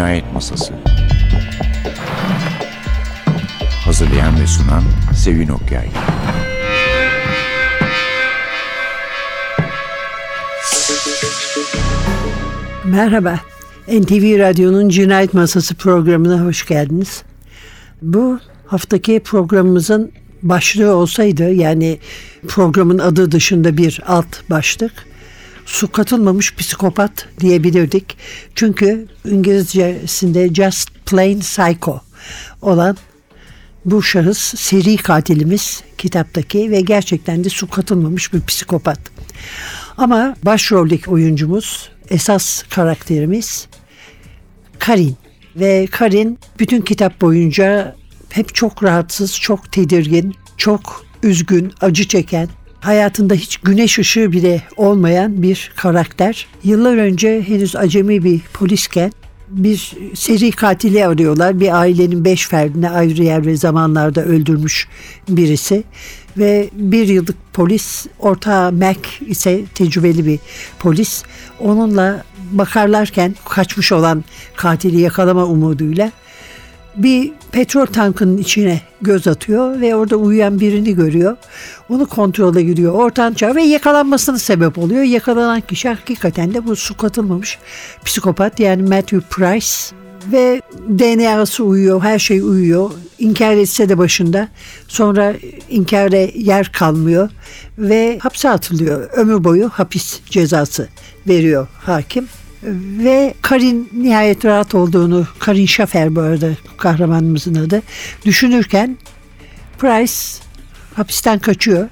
Cinayet Masası. Hazırlayan ve sunan Sevin Okyay. Merhaba, NTV Radyo'nun Cinayet Masası programına hoş geldiniz. Bu haftaki programımızın başlığı olsaydı, yani programın adı dışında bir alt başlık, su katılmamış psikopat diyebilirdik. Çünkü İngilizcesinde just plain psycho olan bu şahıs seri katilimiz kitaptaki ve gerçekten de su katılmamış bir psikopat. Ama başroldeki oyuncumuz, esas karakterimiz Karin. Ve Karin bütün kitap boyunca hep çok rahatsız, çok tedirgin, çok üzgün, acı çeken, hayatında hiç güneş ışığı bile olmayan bir karakter. Yıllar önce henüz acemi bir polisken bir seri katili arıyorlar. Bir ailenin 5 ferdini ayrı yer ve zamanlarda öldürmüş birisi. Ve bir yıllık polis, ortağı Mac ise tecrübeli bir polis. Onunla bakarlarken kaçmış olan katili yakalama umuduyla bir petrol tankının içine göz atıyor ve orada uyuyan birini görüyor. Onu kontrole giriyor. Ortadan çağırıyor ve yakalanmasına sebep oluyor. Yakalanan kişi hakikaten de bu su katılmamış psikopat, yani Matthew Price. Ve DNA'sı uyuyor, her şey uyuyor. İnkar etse de başında. Sonra inkara yer kalmıyor ve hapse atılıyor. Ömür boyu hapis cezası veriyor hakim. Ve Karin nihayet rahat olduğunu, Karin Schaffer bu arada kahramanımızın adı, düşünürken Price hapisten kaçıyor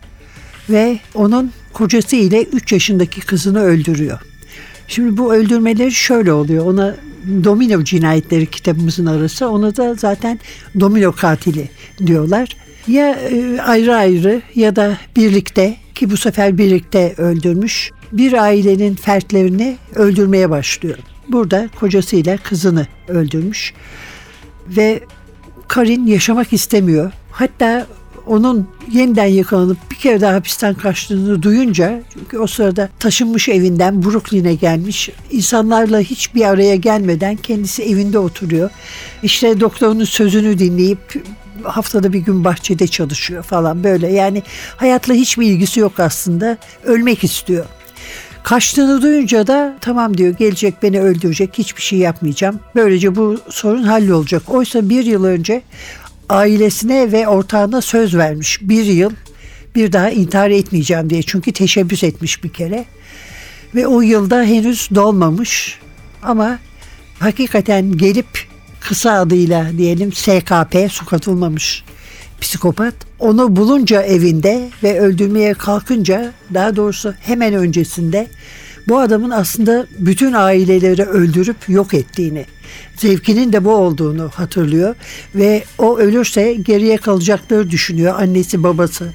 ve onun kocası ile 3 yaşındaki kızını öldürüyor. Şimdi bu öldürmeleri şöyle oluyor. Ona domino cinayetleri kitabımızın arası. Ona da zaten domino katili diyorlar. Ya ayrı ayrı ya da birlikte, ki bu sefer birlikte öldürmüş, bir ailenin fertlerini öldürmeye başlıyor. Burada kocasıyla kızını öldürmüş ve Karin yaşamak istemiyor. Hatta onun yeniden yakalanıp bir kere daha hapisten kaçtığını duyunca, çünkü o sırada taşınmış evinden Brooklyn'e gelmiş, insanlarla hiçbir araya gelmeden kendisi evinde oturuyor. İşte doktorunun sözünü dinleyip haftada bir gün bahçede çalışıyor falan, böyle. Yani hayatla hiçbir ilgisi yok aslında. Ölmek istiyor. Kaçtığını duyunca da tamam diyor, gelecek beni öldürecek, hiçbir şey yapmayacağım. Böylece bu sorun hallolacak. Oysa bir yıl önce ailesine ve ortağına söz vermiş. Bir yıl bir daha intihar etmeyeceğim diye. Çünkü teşebbüs etmiş bir kere. Ve o yılda henüz dolmamış. Ama hakikaten gelip kısa adıyla diyelim SKP, su katılmamış psikopat, onu bulunca evinde ve öldürmeye kalkınca, daha doğrusu hemen öncesinde, bu adamın aslında bütün aileleri öldürüp yok ettiğini, zevkinin de bu olduğunu hatırlıyor ve o ölürse geriye kalacakları düşünüyor. Annesi, babası,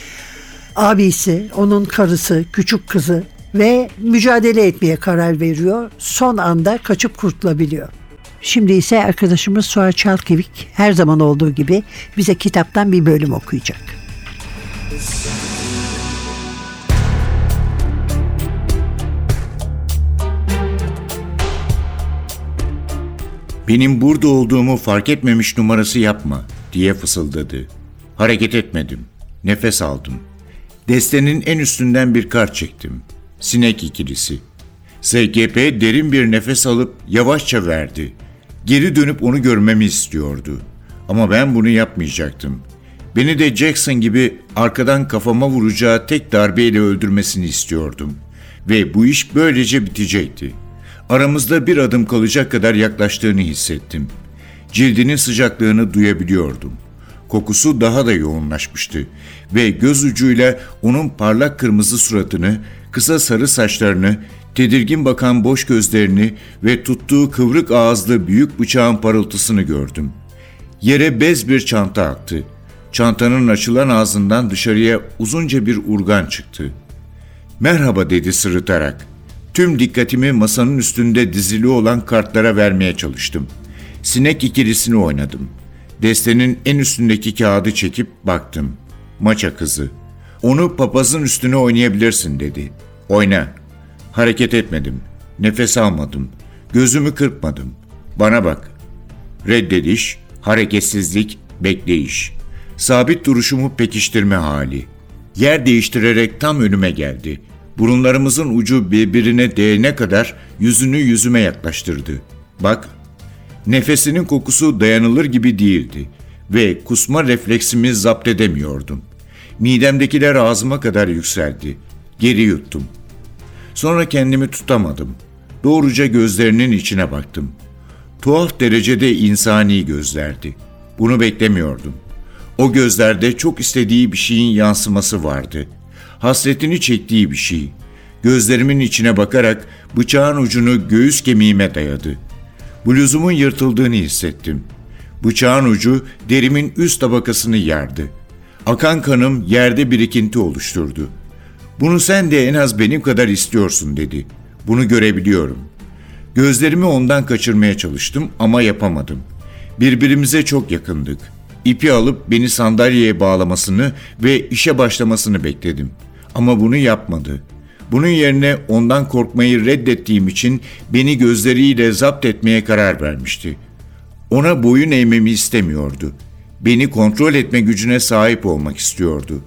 abisi, onun karısı, küçük kızı ve mücadele etmeye karar veriyor. Son anda kaçıp kurtulabiliyor. Şimdi ise arkadaşımız Suha Çalkevik her zaman olduğu gibi bize kitaptan bir bölüm okuyacak. "Benim burada olduğumu fark etmemiş numarası yapma," diye fısıldadı. Hareket etmedim. Nefes aldım. Destenin en üstünden bir kart çektim. Sinek ikilisi. SGP derin bir nefes alıp yavaşça verdi. Geri dönüp onu görmemi istiyordu. Ama ben bunu yapmayacaktım. Beni de Jackson gibi arkadan kafama vuracağı tek darbeyle öldürmesini istiyordum. Ve bu iş böylece bitecekti. Aramızda bir adım kalacak kadar yaklaştığını hissettim. Cildinin sıcaklığını duyabiliyordum. Kokusu daha da yoğunlaşmıştı ve göz ucuyla onun parlak kırmızı suratını, kısa sarı saçlarını, tedirgin bakan boş gözlerini ve tuttuğu kıvrık ağızlı büyük bıçağın parıltısını gördüm. Yere bez bir çanta attı. Çantanın açılan ağzından dışarıya uzunca bir urgan çıktı. "Merhaba," dedi sırıtarak. Tüm dikkatimi masanın üstünde dizili olan kartlara vermeye çalıştım. Sinek ikilisini oynadım. Destenin en üstündeki kağıdı çekip baktım. Maça kızı. "Onu papazın üstüne oynayabilirsin," dedi. "Oyna." Hareket etmedim. Nefes almadım. Gözümü kırpmadım. Bana bak. Reddediş, hareketsizlik, bekleyiş. Sabit duruşumu pekiştirme hali. Yer değiştirerek tam önüme geldi. Burunlarımızın ucu birbirine değene kadar yüzünü yüzüme yaklaştırdı. Bak, nefesinin kokusu dayanılır gibi değildi ve kusma refleksimi zapt edemiyordum. Midemdekiler ağzıma kadar yükseldi. Geri yuttum. Sonra kendimi tutamadım. Doğruca gözlerinin içine baktım. Tuhaf derecede insani gözlerdi. Bunu beklemiyordum. O gözlerde çok istediği bir şeyin yansıması vardı. Hasretini çektiği bir şey. Gözlerimin içine bakarak bıçağın ucunu göğüs kemiğime dayadı. Bluzumun yırtıldığını hissettim. Bıçağın ucu derimin üst tabakasını yardı. Akan kanım yerde birikinti oluşturdu. "Bunu sen de en az benim kadar istiyorsun," dedi. "Bunu görebiliyorum." Gözlerimi ondan kaçırmaya çalıştım ama yapamadım. Birbirimize çok yakındık. İpi alıp beni sandalyeye bağlamasını ve işe başlamasını bekledim. Ama bunu yapmadı. Bunun yerine ondan korkmayı reddettiğim için beni gözleriyle zapt etmeye karar vermişti. Ona boyun eğmemi istemiyordu. Beni kontrol etme gücüne sahip olmak istiyordu.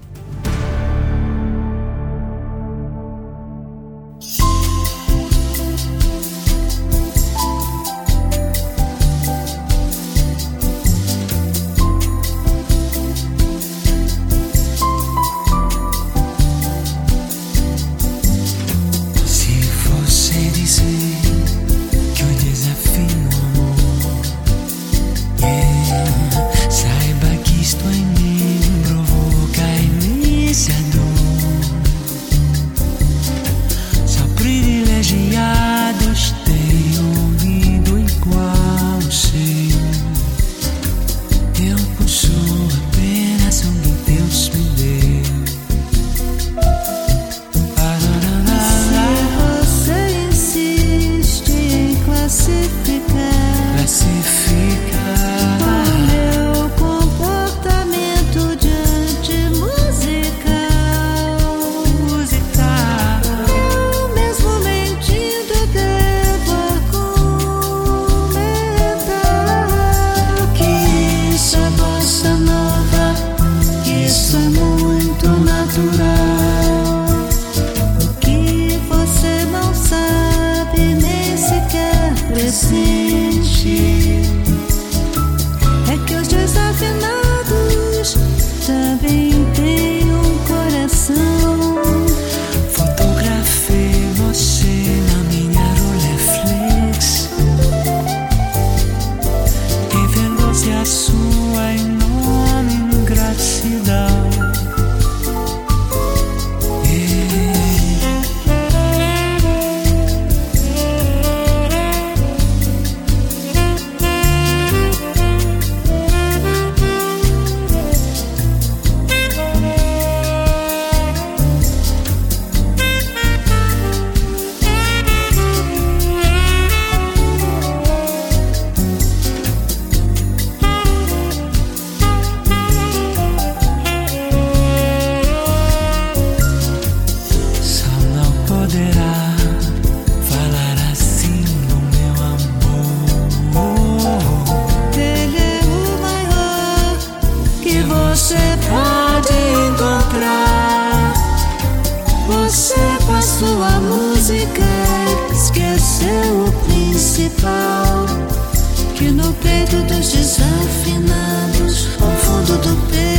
Que no peito dos desafinados, ao fundo do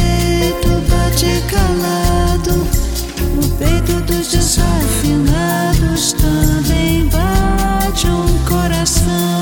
peito bate calado. No peito dos desafinados também bate coração.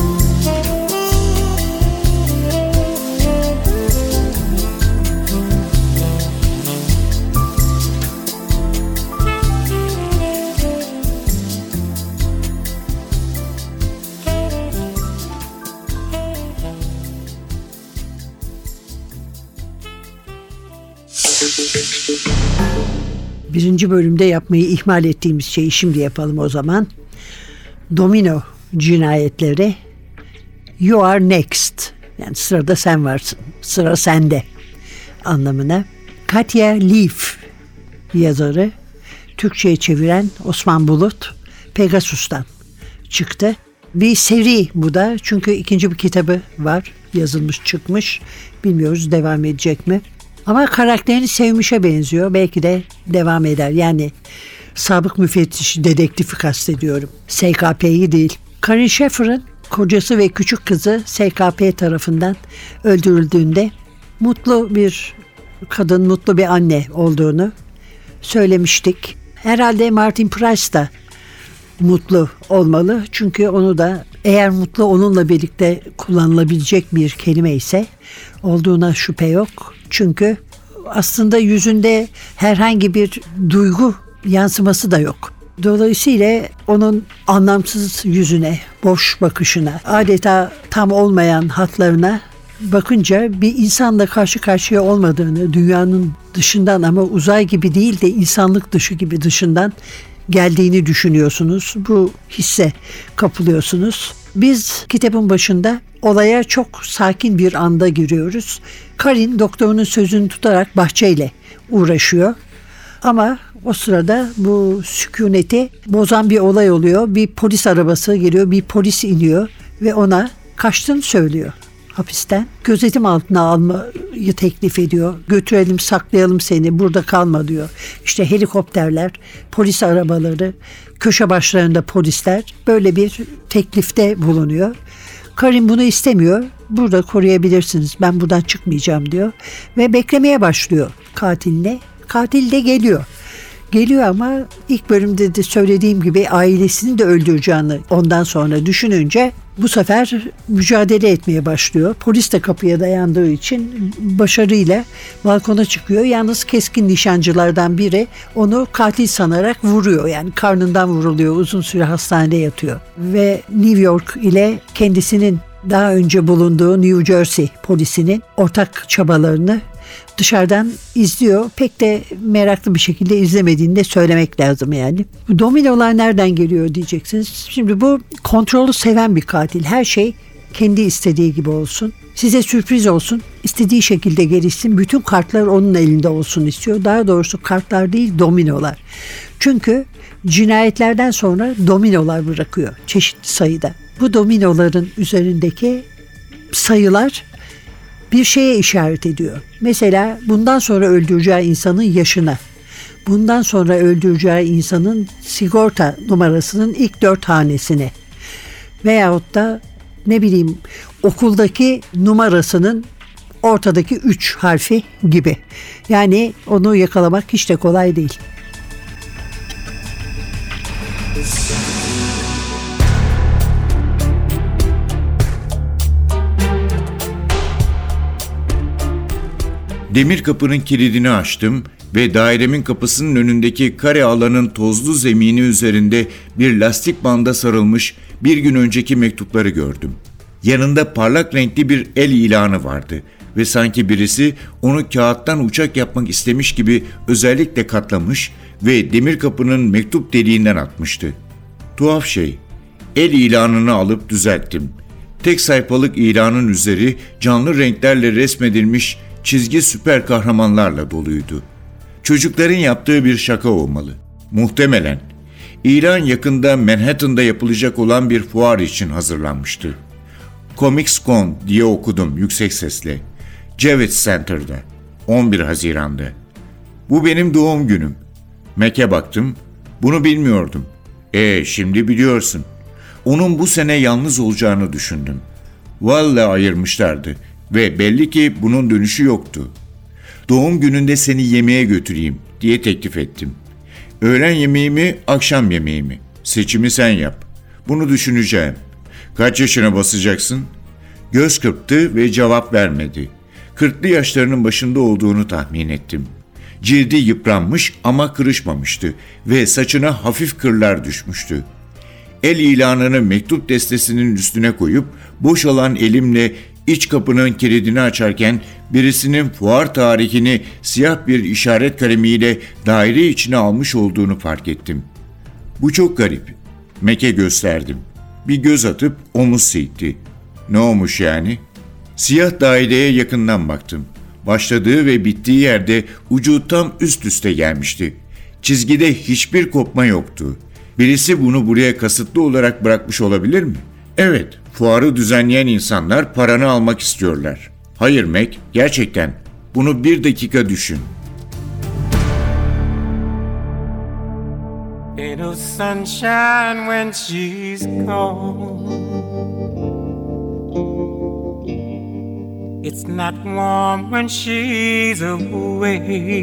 Birinci bölümde yapmayı ihmal ettiğimiz şeyi şimdi yapalım o zaman. Domino cinayetleri. You are next. Yani sırada sen varsın. Sıra sende anlamına. Katya Leaf yazarı. Türkçe'ye çeviren Osman Bulut. Pegasus'tan çıktı. Bir seri bu da. Çünkü ikinci bir kitabı var. Yazılmış, çıkmış. Bilmiyoruz devam edecek mi? Ama karakterini sevmişe benziyor. Belki de devam eder. Yani sabık müfettiş dedektifi kastediyorum. SKP'yi değil. Karin Schaeffer'ın kocası ve küçük kızı SKP tarafından öldürüldüğünde mutlu bir kadın, mutlu bir anne olduğunu söylemiştik. Herhalde Martin Price da mutlu olmalı. Çünkü onu da, eğer mutlu onunla birlikte kullanılabilecek bir kelime ise, olduğuna şüphe yok. Çünkü aslında yüzünde herhangi bir duygu yansıması da yok. Dolayısıyla onun anlamsız yüzüne, boş bakışına, adeta tam olmayan hatlarına bakınca bir insanla karşı karşıya olmadığını, dünyanın dışından ama uzay gibi değil de insanlık dışı gibi dışından geldiğini düşünüyorsunuz. Bu hisse kapılıyorsunuz. Biz kitabın başında olaya çok sakin bir anda giriyoruz. Karin doktorunun sözünü tutarak bahçeyle uğraşıyor. Ama o sırada bu sükuneti bozan bir olay oluyor. Bir polis arabası geliyor, bir polis iniyor ve ona kaçtığını söylüyor hapisten. Gözetim altına almayı teklif ediyor. Götürelim, saklayalım seni, burada kalma diyor. İşte helikopterler, polis arabaları, köşe başlarında polisler böyle bir teklifte bulunuyor. Karin bunu istemiyor. Burada koruyabilirsiniz, ben buradan çıkmayacağım diyor. Ve beklemeye başlıyor katiline. Katil de geliyor. Geliyor ama ilk bölümde de söylediğim gibi ailesini de öldüreceğini ondan sonra düşününce bu sefer mücadele etmeye başlıyor. Polis de kapıya dayandığı için başarıyla balkona çıkıyor. Yalnız keskin nişancılardan biri onu katil sanarak vuruyor. Yani karnından vuruluyor. Uzun süre hastanede yatıyor. Ve New York ile kendisinin daha önce bulunduğu New Jersey polisinin ortak çabalarını dışarıdan izliyor. Pek de meraklı bir şekilde izlemediğini de söylemek lazım yani. Bu dominolar nereden geliyor diyeceksiniz. Şimdi bu kontrolü seven bir katil. Her şey kendi istediği gibi olsun. Size sürpriz olsun. İstediği şekilde gelişsin. Bütün kartlar onun elinde olsun istiyor. Daha doğrusu kartlar değil, dominolar. Çünkü cinayetlerden sonra dominolar bırakıyor çeşitli sayıda. Bu dominoların üzerindeki sayılar bir şeye işaret ediyor. Mesela bundan sonra öldüreceği insanın yaşına, bundan sonra öldüreceği insanın sigorta numarasının ilk 4 hanesine veyahut da ne bileyim okuldaki numarasının ortadaki 3 harfi gibi. Yani onu yakalamak hiç de kolay değil. Demir kapının kilidini açtım ve dairemin kapısının önündeki kare alanın tozlu zemini üzerinde bir lastik banda sarılmış bir gün önceki mektupları gördüm. Yanında parlak renkli bir el ilanı vardı ve sanki birisi onu kağıttan uçak yapmak istemiş gibi özellikle katlamış ve demir kapının mektup deliğinden atmıştı. Tuhaf şey, el ilanını alıp düzelttim. Tek sayfalık ilanın üzeri canlı renklerle resmedilmiş çizgi süper kahramanlarla doluydu. Çocukların yaptığı bir şaka olmalı. Muhtemelen. İlan yakında Manhattan'da yapılacak olan bir fuar için hazırlanmıştı. Comics-Con diye okudum yüksek sesle. Javits Center'da. 11 Haziran'da. Bu benim doğum günüm. Mac'e baktım. Bunu bilmiyordum. Şimdi biliyorsun. Onun bu sene yalnız olacağını düşündüm. Vallahi ayırmışlardı. Ve belli ki bunun dönüşü yoktu. Doğum gününde seni yemeğe götüreyim diye teklif ettim. Öğlen yemeği mi, akşam yemeği mi? Seçimi sen yap. Bunu düşüneceğim. Kaç yaşına basacaksın? Göz kırptı ve cevap vermedi. 40'lı yaşlarının başında olduğunu tahmin ettim. Cildi yıpranmış ama kırışmamıştı ve saçına hafif kırlar düşmüştü. El ilanını mektup destesinin üstüne koyup boş olan elimle İç kapının kilidini açarken birisinin fuar tarihini siyah bir işaret kalemiyle daire içine almış olduğunu fark ettim. Bu çok garip. Mac'e gösterdim. Bir göz atıp omuz silkti. Ne olmuş yani? Siyah daireye yakından baktım. Başladığı ve bittiği yerde ucu tam üst üste gelmişti. Çizgide hiçbir kopma yoktu. Birisi bunu buraya kasıtlı olarak bırakmış olabilir mi? Evet, fuarı düzenleyen insanlar paranı almak istiyorlar. Hayır Mac, gerçekten. Bunu bir dakika düşün. Ain't no sunshine when she's gone. It's not warm when she's away.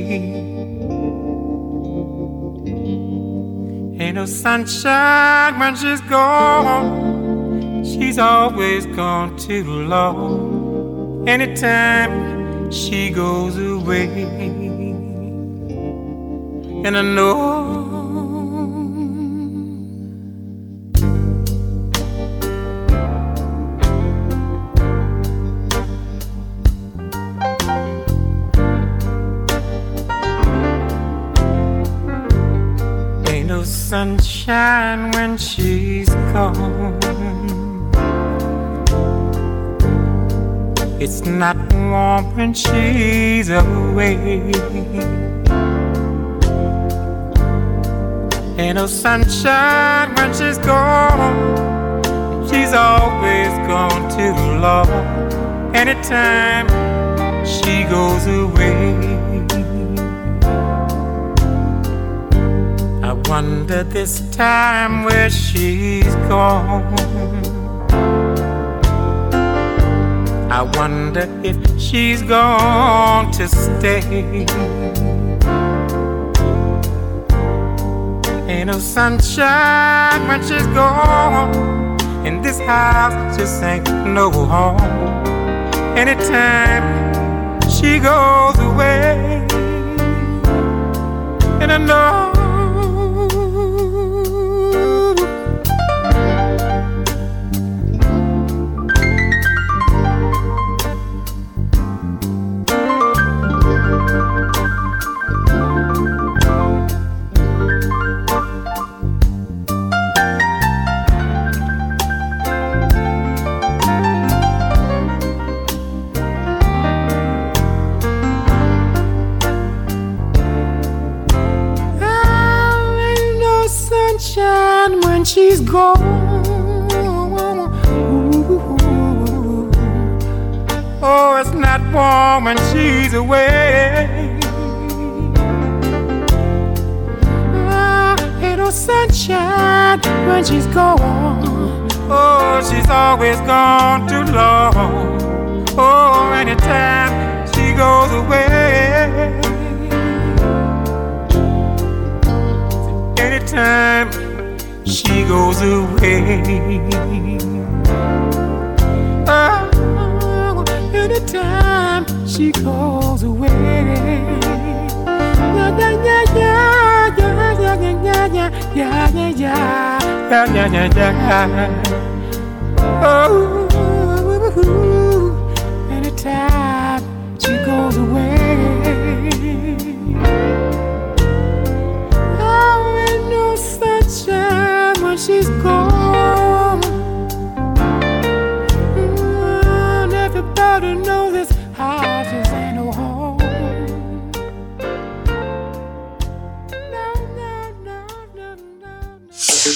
Ain't no sunshine when she's gone. She's always gone too long. Anytime she goes away. And I know sunshine when she's gone. It's not warm when she's away. Ain't no sunshine when she's gone. She's always gone too long. Anytime she goes away, I wonder this time where she's gone. I wonder if she's gone to stay. Ain't no sunshine when she's gone. And this house just ain't no home. Anytime she goes away, and I know when she's gone. Ooh. Oh, it's not warm when she's away. Ain't no sunshine when she's gone. Oh, she's always gone too long. Oh, anytime she goes away, anytime she goes away. Oh, anytime she goes away. Yeah, yeah, yeah, yeah, yeah, yeah, yeah, yeah, yeah, yeah, yeah, yeah. Oh, anytime she goes away. Oh, ain't no sunshine when she's gone. And everybody knows this house just ain't no home. No, no, no, no, no.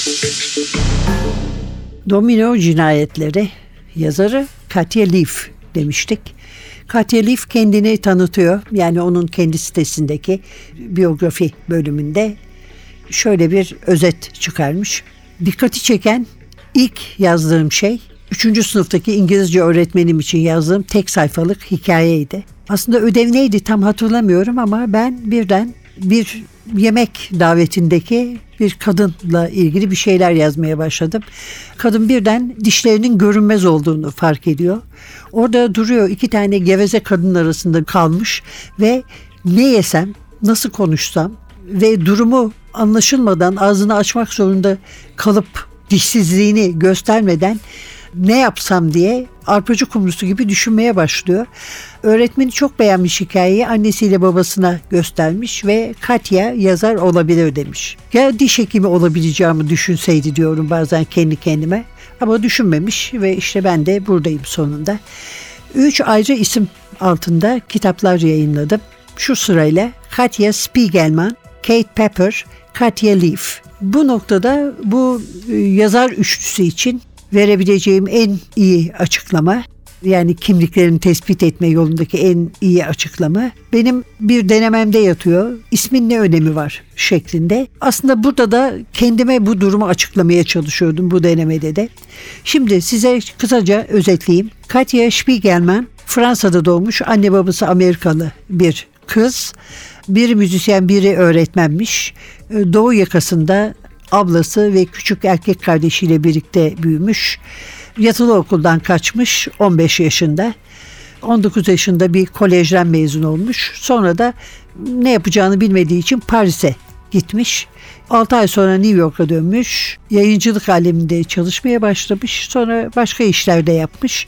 Domino Cinayetleri yazarı Katya Leaf demiştik. Katya Leaf kendini tanıtıyor. Yani onun kendi sitesindeki biyografi bölümünde şöyle bir özet çıkarmış. Dikkati çeken ilk yazdığım şey 3. sınıftaki İngilizce öğretmenim için yazdığım tek sayfalık hikayeydi. Aslında ödev neydi tam hatırlamıyorum ama ben birden bir yemek davetindeki bir kadınla ilgili bir şeyler yazmaya başladım. Kadın birden dişlerinin görünmez olduğunu fark ediyor. Orada duruyor, 2 tane geveze kadın arasında kalmış ve ne yesem, nasıl konuşsam ve durumu anlaşılmadan ağzını açmak zorunda kalıp dişsizliğini göstermeden ne yapsam diye arpacı kumrusu gibi düşünmeye başlıyor. Öğretmeni çok beğenmiş hikayeyi, annesiyle babasına göstermiş ve Katya yazar olabilir demiş. Ya diş hekimi olabileceğimi düşünseydi diyorum bazen kendi kendime, ama düşünmemiş ve işte ben de buradayım sonunda. 3 ayrı isim altında kitaplar yayınladım. Şu sırayla Katya Spiegelman, Kate Pepper, Katya Leaf. Bu noktada bu yazar üçlüsü için verebileceğim en iyi açıklama, yani kimliklerini tespit etme yolundaki en iyi açıklama benim bir denememde yatıyor. İsmin ne önemi var şeklinde. Aslında burada da kendime bu durumu açıklamaya çalışıyordum bu denemede de. Şimdi size kısaca özetleyeyim. Katja Spiegelman Fransa'da doğmuş, anne babası Amerikalı bir kız. Biri müzisyen, biri öğretmenmiş. Doğu yakasında ablası ve küçük erkek kardeşiyle birlikte büyümüş. Yatılı okuldan kaçmış 15 yaşında. 19 yaşında bir kolejden mezun olmuş. Sonra da ne yapacağını bilmediği için Paris'e gitmiş. 6 ay sonra New York'a dönmüş. Yayıncılık aleminde çalışmaya başlamış. Sonra başka işlerde yapmış.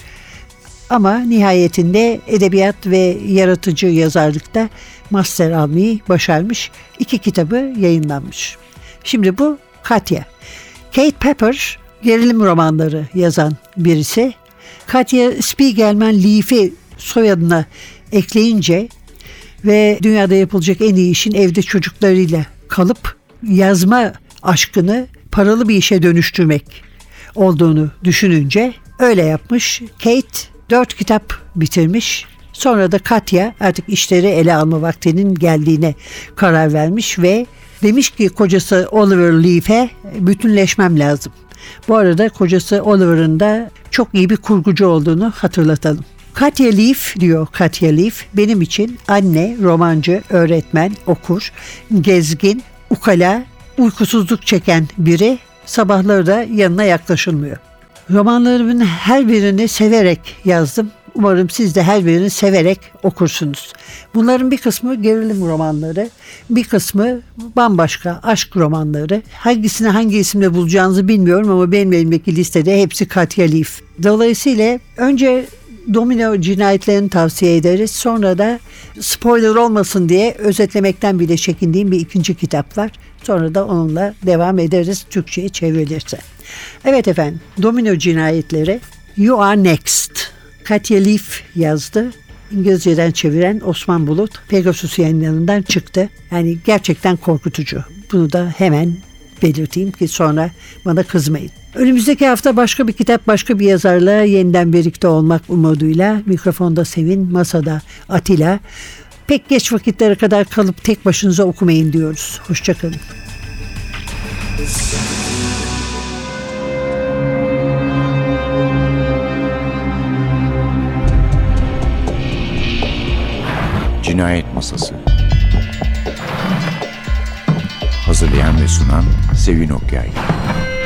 Ama nihayetinde edebiyat ve yaratıcı yazarlıkta master almayı başarmış. 2 kitabı yayınlanmış. Şimdi bu Katja. Kate Pepper gerilim romanları yazan birisi. Katja Spiegelman Leaf'i soyadına ekleyince ve dünyada yapılacak en iyi işin evde çocuklarıyla kalıp yazma aşkını paralı bir işe dönüştürmek olduğunu düşününce öyle yapmış. Kate 4 kitap bitirmiş. Sonra da Katja artık işleri ele alma vaktinin geldiğine karar vermiş ve demiş ki kocası Oliver Leaf'e bütünleşmem lazım. Bu arada kocası Oliver'ın da çok iyi bir kurgucu olduğunu hatırlatalım. Katja Leaf diyor Katja Leaf benim için anne, romancı, öğretmen, okur, gezgin, ukala, uykusuzluk çeken biri, sabahları da yanına yaklaşılmıyor. Romanlarımın her birini severek yazdım. Umarım siz de her birini severek okursunuz. Bunların bir kısmı gerilim romanları, bir kısmı bambaşka aşk romanları. Hangisini hangi isimle bulacağınızı bilmiyorum ama benim elimdeki listede hepsi Katja Leaf. Dolayısıyla önce domino cinayetlerini tavsiye ederiz. Sonra da spoiler olmasın diye özetlemekten bile çekindiğim bir ikinci kitap var. Sonra da onunla devam ederiz Türkçe'ye çevrilirse. Evet efendim, domino cinayetleri You Are Next. Katja Leaf yazdı. İngilizceden çeviren Osman Bulut. Pegasus Yayınları'ndan çıktı. Yani gerçekten korkutucu. Bunu da hemen belirteyim ki sonra bana kızmayın. Önümüzdeki hafta başka bir kitap, başka bir yazarla yeniden birlikte olmak umuduyla mikrofonda Sevin, masada Atilla. Pek geç vakitlere kadar kalıp tek başınıza okumayın diyoruz. Hoşçakalın. Cinayet Masası. Hazırlayan ve sunan Sevin Okyay.